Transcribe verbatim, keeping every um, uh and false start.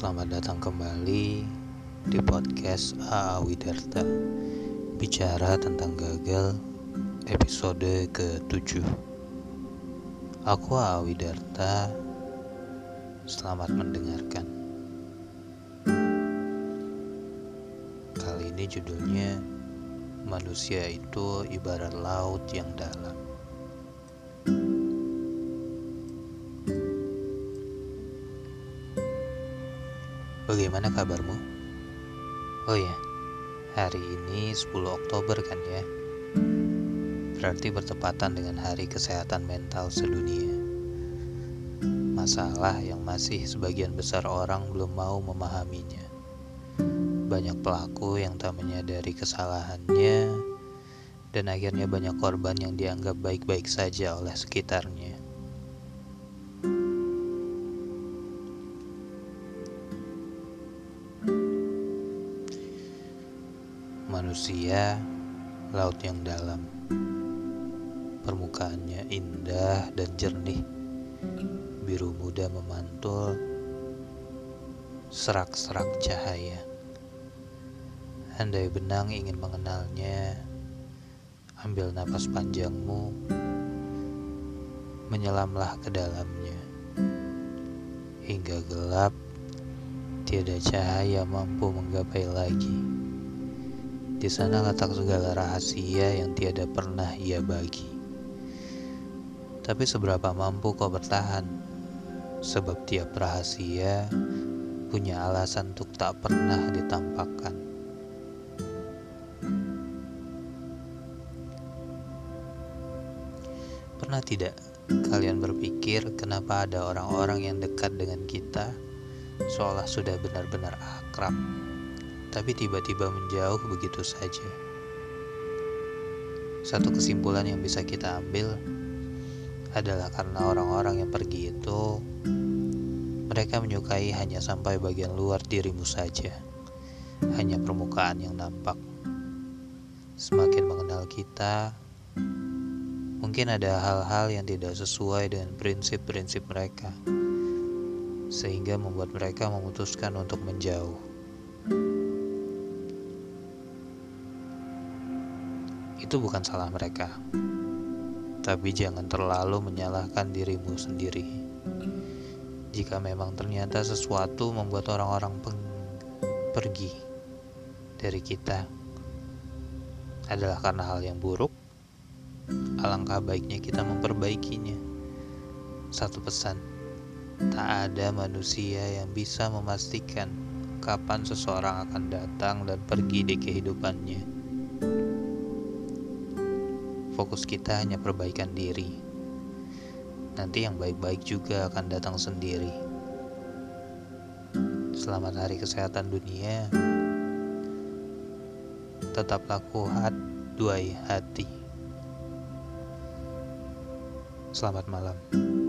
Selamat datang kembali di podcast A A Widarta. Bicara tentang gagal, episode ketujuh. Aku A A Widarta. Selamat mendengarkan. Kali ini judulnya Manusia itu ibarat laut yang dalam. Bagaimana kabarmu? Oh ya, hari ini sepuluh Oktober kan ya? Berarti bertepatan dengan Hari Kesehatan Mental Sedunia. Masalah yang masih sebagian besar orang belum mau memahaminya. Banyak pelaku yang tak menyadari kesalahannya, dan akhirnya banyak korban yang dianggap baik-baik saja oleh sekitarnya. Manusia, laut yang dalam. Permukaannya indah dan jernih, biru muda memantul, serak-serak cahaya. Andai benang ingin mengenalnya, ambil napas panjangmu, menyelamlah ke dalamnya. Hingga gelap, tiada cahaya mampu menggapai lagi. Di sana letak segala rahasia yang tiada pernah ia bagi. Tapi seberapa mampu kau bertahan? Sebab tiap rahasia punya alasan untuk tak pernah ditampakkan. Pernah tidak kalian berpikir kenapa ada orang-orang yang dekat dengan kita seolah sudah benar-benar akrab, tapi tiba-tiba menjauh begitu saja? Satu kesimpulan yang bisa kita ambil adalah karena orang-orang yang pergi itu, mereka menyukai hanya sampai bagian luar dirimu saja, hanya permukaan yang nampak. Semakin mengenal kita, mungkin ada hal-hal yang tidak sesuai dengan prinsip-prinsip mereka, sehingga membuat mereka memutuskan untuk menjauh. Itu bukan salah mereka, tapi jangan terlalu menyalahkan dirimu sendiri. Jika memang ternyata sesuatu membuat orang-orang peng- pergi dari kita adalah karena hal yang buruk, alangkah baiknya kita memperbaikinya. Satu pesan, tak ada manusia yang bisa memastikan kapan seseorang akan datang dan pergi di kehidupannya. Fokus kita hanya perbaikan diri. Nanti yang baik-baik juga akan datang sendiri. Selamat Hari Kesehatan Dunia. Tetaplah kuat, duai hati. Selamat malam.